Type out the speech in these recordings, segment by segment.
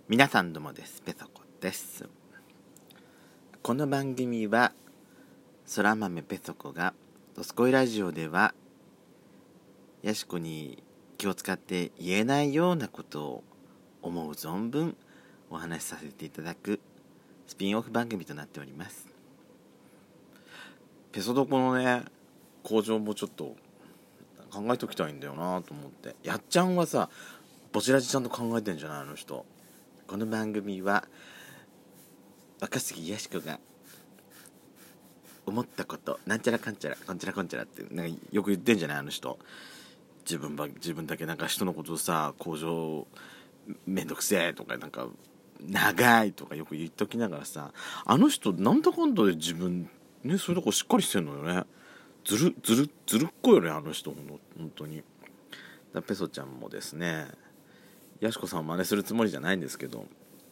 皆さんどうもです。ペソコです。この番組は空豆ペソコがドスコイラジオではヤシコに気を使って言えないようなことを思う存分お話しさせていただくスピンオフ番組となっております。ペソドコのね工場もちょっと考えておきたいんだよなと思って。やっちゃんはさボチラジちゃんと考えてんじゃない？あの人。この番組は若杉やしこが思ったことなんちゃらかんちゃらこんちゃらこんちゃらってなんかよく言ってんじゃない？あの人。自分だけなんか人のことをさ工場めんどくせえとかなんか長いとかよく言っときながらさ、あの人なんだかんだで自分ねそういうとこしっかりしてんのよね。ずるっこよねあの人。本当に。ペソちゃんもですねやしこさんを真似するつもりじゃないんですけど、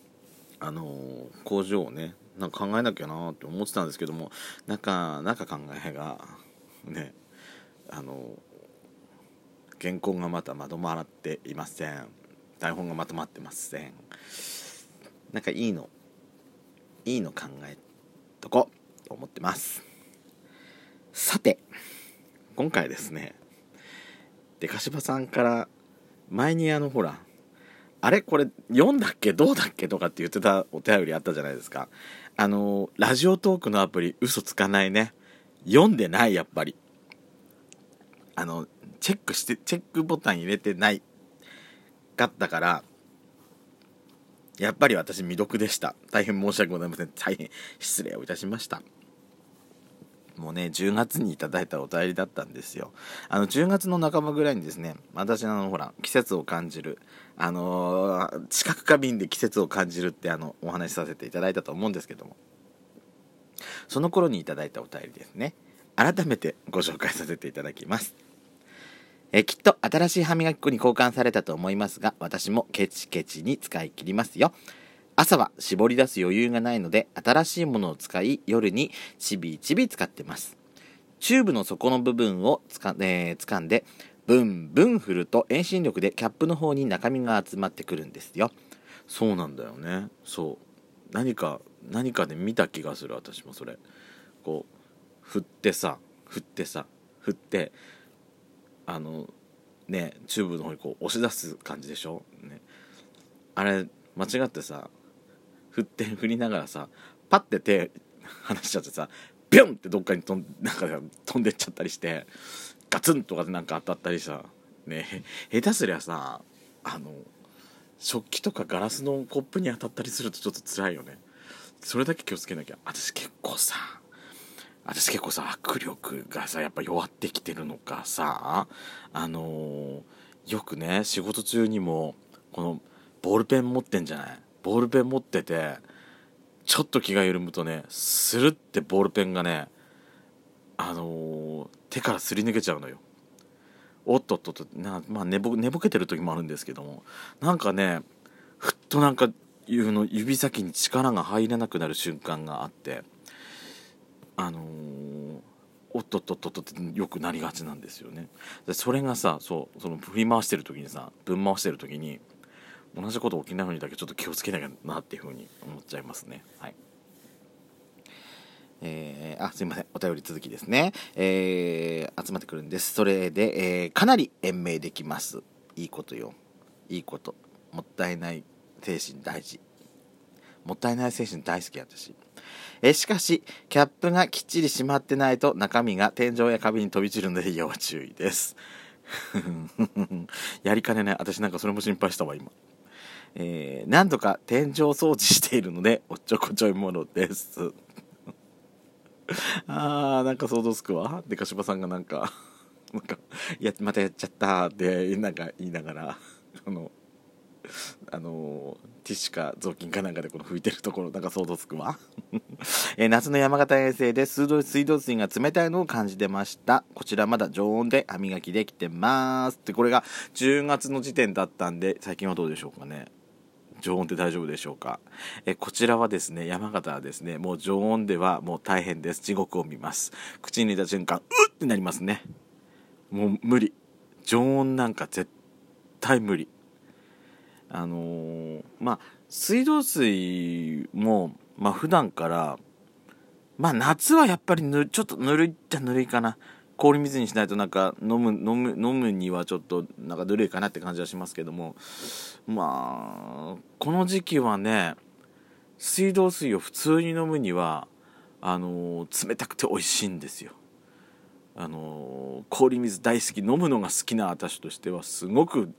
工場をねなんか考えなきゃなって思ってたんですけども、なんか考えがね原稿がままっていません。台本がまとまってません。なんかいいの考えとこうと思ってます。さて今回ですねでかしばさんから前にほらあれこれ読んだっけどうだっけとかって言ってたお便りあったじゃないですか。ラジオトークのアプリ嘘つかないね。読んでない。やっぱりチェックボタン入れてないかったからやっぱり私未読でした。大変申し訳ございません。大変失礼をいたしました。もうね10月にいただいたお便りだったんですよ。10月の半ばぐらいにですね私ほら季節を感じる知覚過敏で季節を感じるってお話しさせていただいたと思うんですけども、その頃にいただいたお便りですね改めてご紹介させていただきます。きっと新しい歯磨き粉に交換されたと思いますが私もケチケチに使い切りますよ。朝は絞り出す余裕がないので新しいものを使い夜にちびちび使ってます。チューブの底の部分を掴んでブンブン振ると遠心力でキャップの方に中身が集まってくるんですよ。そうなんだよね。そう何かで見た気がする。私もそれこう振ってチューブの方にこう押し出す感じでしょ、ね、あれ間違ってさ振りながらさパッて手離しちゃってさビュンってどっかに飛んでっちゃったりしてガツンとかでなんか当たったりさね、下手すりゃさ食器とかガラスのコップに当たったりするとちょっと辛いよね。それだけ気をつけなきゃ。私結構さ握力がさやっぱ弱ってきてるのかさよくね仕事中にもこのボールペン持ってんじゃない。ボールペン持っててちょっと気が緩むとねスルってボールペンがね手からすり抜けちゃうのよ。おっとっとっと寝ぼけてる時もあるんですけども、なんかねふっとなんか指先に力が入らなくなる瞬間があっておっとっとっとっとってよくなりがちなんですよね。でそれがさその振り回してる時にさぶん回してる時に同じこと起きないのにだけちょっと気をつけなきゃなっていうふうに思っちゃいますね。はい。すいませんお便り続きですね。集まってくるんです。それで、かなり延命できます。いいことよ。いいこと。もったいない精神大事。もったいない精神大好き私。しかしキャップがきっちり閉まってないと中身が天井や壁に飛び散るので要注意です。やりかねない。私なんかそれも心配したわ今。何度か天井掃除しているのでおっちょこちょいものです。なんか想像つくわ。でかしばさんがなんかまたやっちゃったってなんか言いながらティッシュか雑巾かなんかでこの拭いてるところなんか想像つくわ。夏の山形遠征で水道水が冷たいのを感じてました。こちらまだ常温で歯磨きできてますって。これが10月の時点だったんで最近はどうでしょうかね。常温って大丈夫でしょうか。こちらはですね山形はですねもう常温ではもう大変です。地獄を見ます。口に入れた瞬間うってなりますね。もう無理。常温なんか絶対無理。 水道水も普段から夏はやっぱりちょっとぬるいっちゃぬるいかな。氷水にしないとなんか飲むにはちょっとなんかぬるいかなって感じはしますけども、この時期はね、水道水を普通に飲むには冷たくて美味しいんですよ。氷水大好き、飲むのが好きな私としてはすごく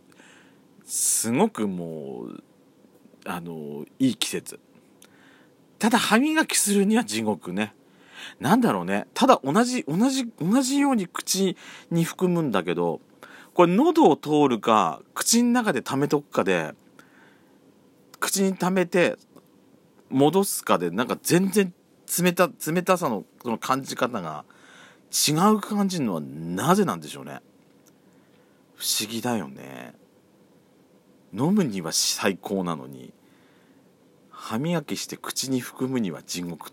もういい季節。ただ歯磨きするには地獄ね。なんだろうね。ただ同じように口に含むんだけど、これ喉を通るか口の中で溜めとくかで、口に溜めて戻すかでなんか全然冷たさのその感じ方が違う感じるのはなぜなんでしょうね。不思議だよね。飲むには最高なのに、歯磨きして口に含むには地獄って。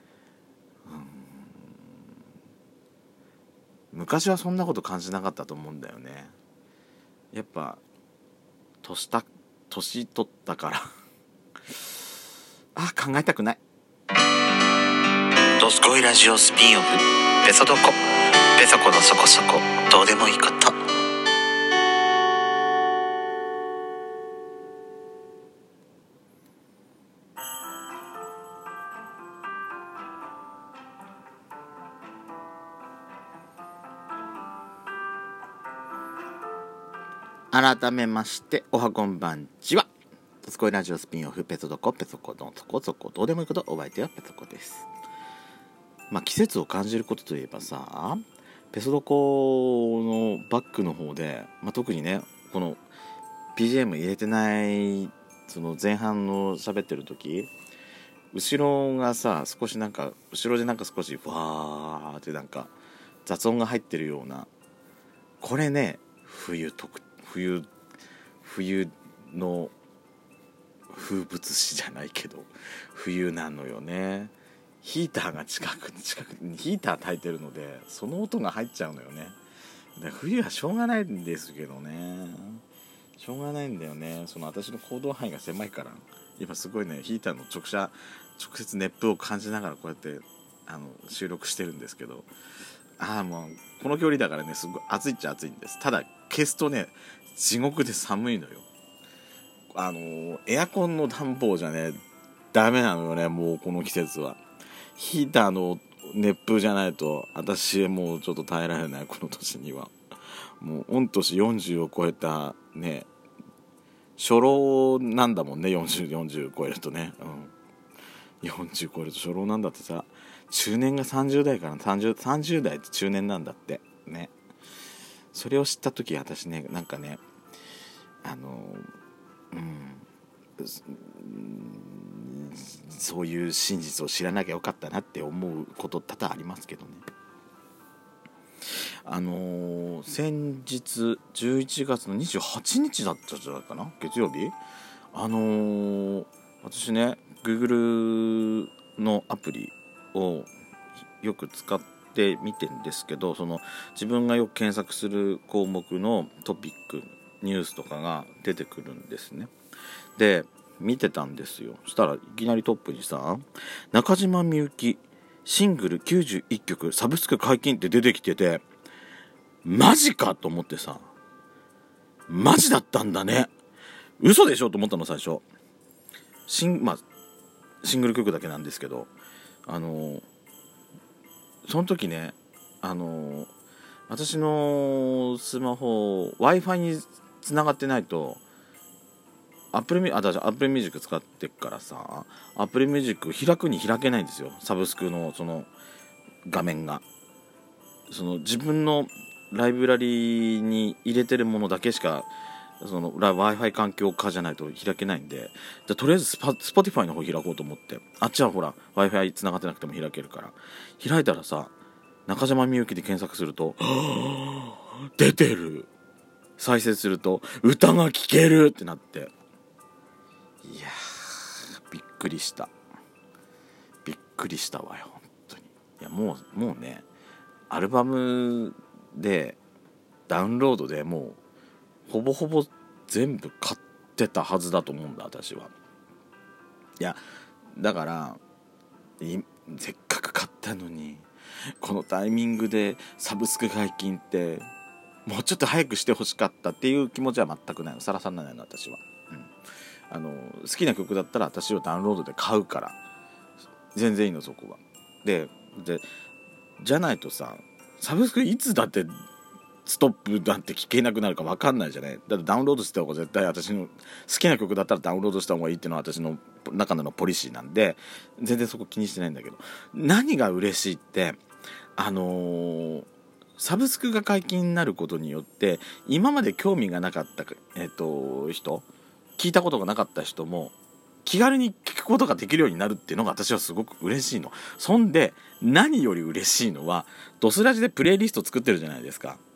昔はそんなこと感じなかったと思うんだよね。やっぱ年取ったから考えたくない。 ドスコイラジオスピンオフ、ペソドコのそこそこどうでもいいこと。 改めましておはこんばんちは。ドスコイラジオスピンオフ、ペソドコのそこそこどうでもいいこと。お相手はペソコです。季節を感じることといえばさ、ペソドコのバックの方で、特にねこの BGM 入れてないその前半の喋ってる時、後ろがさ少しなんか後ろでなんか少しわーってなんか雑音が入ってるような、これね冬の風物詩じゃないけど冬なのよね。ヒーターが近くにヒーター焚いてるのでその音が入っちゃうのよね。で冬はしょうがないんですけどね、しょうがないんだよね。その私の行動範囲が狭いから、今すごいねヒーターの直接熱風を感じながらこうやって収録してるんですけど、もうこの距離だからねすごい暑いっちゃ暑いんです。ただ消すとね地獄で寒いのよ。エアコンの暖房じゃねダメなのよね。もうこの季節はヒーターの熱風じゃないと私もうちょっと耐えられない。この年にはもう御年40を超えたね初老なんだもんね。40超えるとね、40超えると初老なんだってさ。中年が30代から30代って中年なんだってね。それを知った時私ねなんかねそういう真実を知らなきゃよかったなって思うこと多々ありますけどね。先日11月の28日だったんじゃないかな、月曜日。私ね Google のアプリをよく使って見てんですけど、その自分がよく検索する項目のトピックニュースとかが出てくるんですね。で見てたんですよ。そしたらいきなりトップにさ、中島みゆきシングル91曲サブスク解禁って出てきてて、マジかと思ってさ、マジだったんだね、嘘でしょと思ったの最初。シングル曲だけなんですけど、その時ね私のスマホ Wi-Fi に繋がってないとApple Music 使ってっからさ、Apple Music 開くに開けないんですよ。サブスクのその画面がその自分のライブラリに入れてるものだけしかその Wi-Fi 環境化じゃないと開けないんで、じゃとりあえずSpotify の方開こうと思って、あっちはほら Wi-Fi 繋がってなくても開けるから開いたらさ、中島みゆきで検索すると出てる。再生すると歌が聴けるってなって、いやびっくりしたわよ本当に。いやもうねアルバムでダウンロードでもうほぼ全部買っってたはずだと思うんだ私は。いやだからせっかく買ったのにこのタイミングでサブスク解禁ってもうちょっと早くしてほしかったっていう気持ちは全くないの。さらさらないの私は、好きな曲だったら私をダウンロードで買うから全然いいのそこは。でじゃないとさ、サブスクいつだってストップだって聞けなくなるか分かんないじゃない。だってダウンロードした方が絶対私の好きな曲だったらダウンロードした方がいいっていうのは私の中でのポリシーなんで全然そこ気にしてないんだけど、何が嬉しいってサブスクが解禁になることによって今まで興味がなかった、人、聞いたことがなかった人も気軽に聞くことができるようになるっていうのが私はすごく嬉しいの。そんで何より嬉しいのはドスラジでプレイリスト作ってるじゃないですか。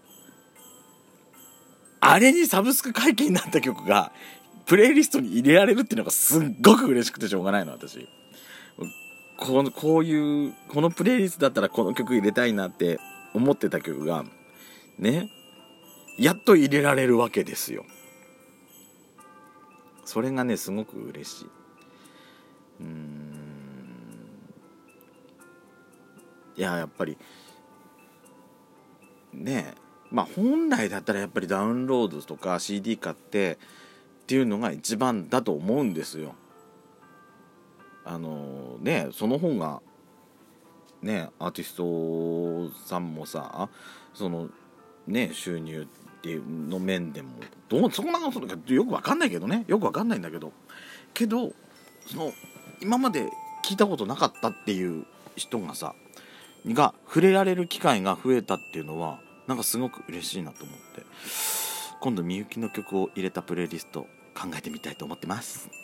あれにサブスク解禁になった曲がプレイリストに入れられるっていうのがすっごく嬉しくてしょうがないの私。このプレイリストだったらこの曲入れたいなって思ってた曲がね、やっと入れられるわけですよ。それがねすごく嬉しい。いややっぱりね、本来だったらやっぱりダウンロードとか CD 買ってっていうのが一番だと思うんですよ。その方がねアーティストさんもさそのね収入っていうの面でもそんなことよく分かんないけどね、よく分かんないんだけど今まで聞いたことなかったっていう人が触れられる機会が増えたっていうのはなんかすごく嬉しいなと思って、今度みゆきの曲を入れたプレイリスト考えてみたいと思ってます。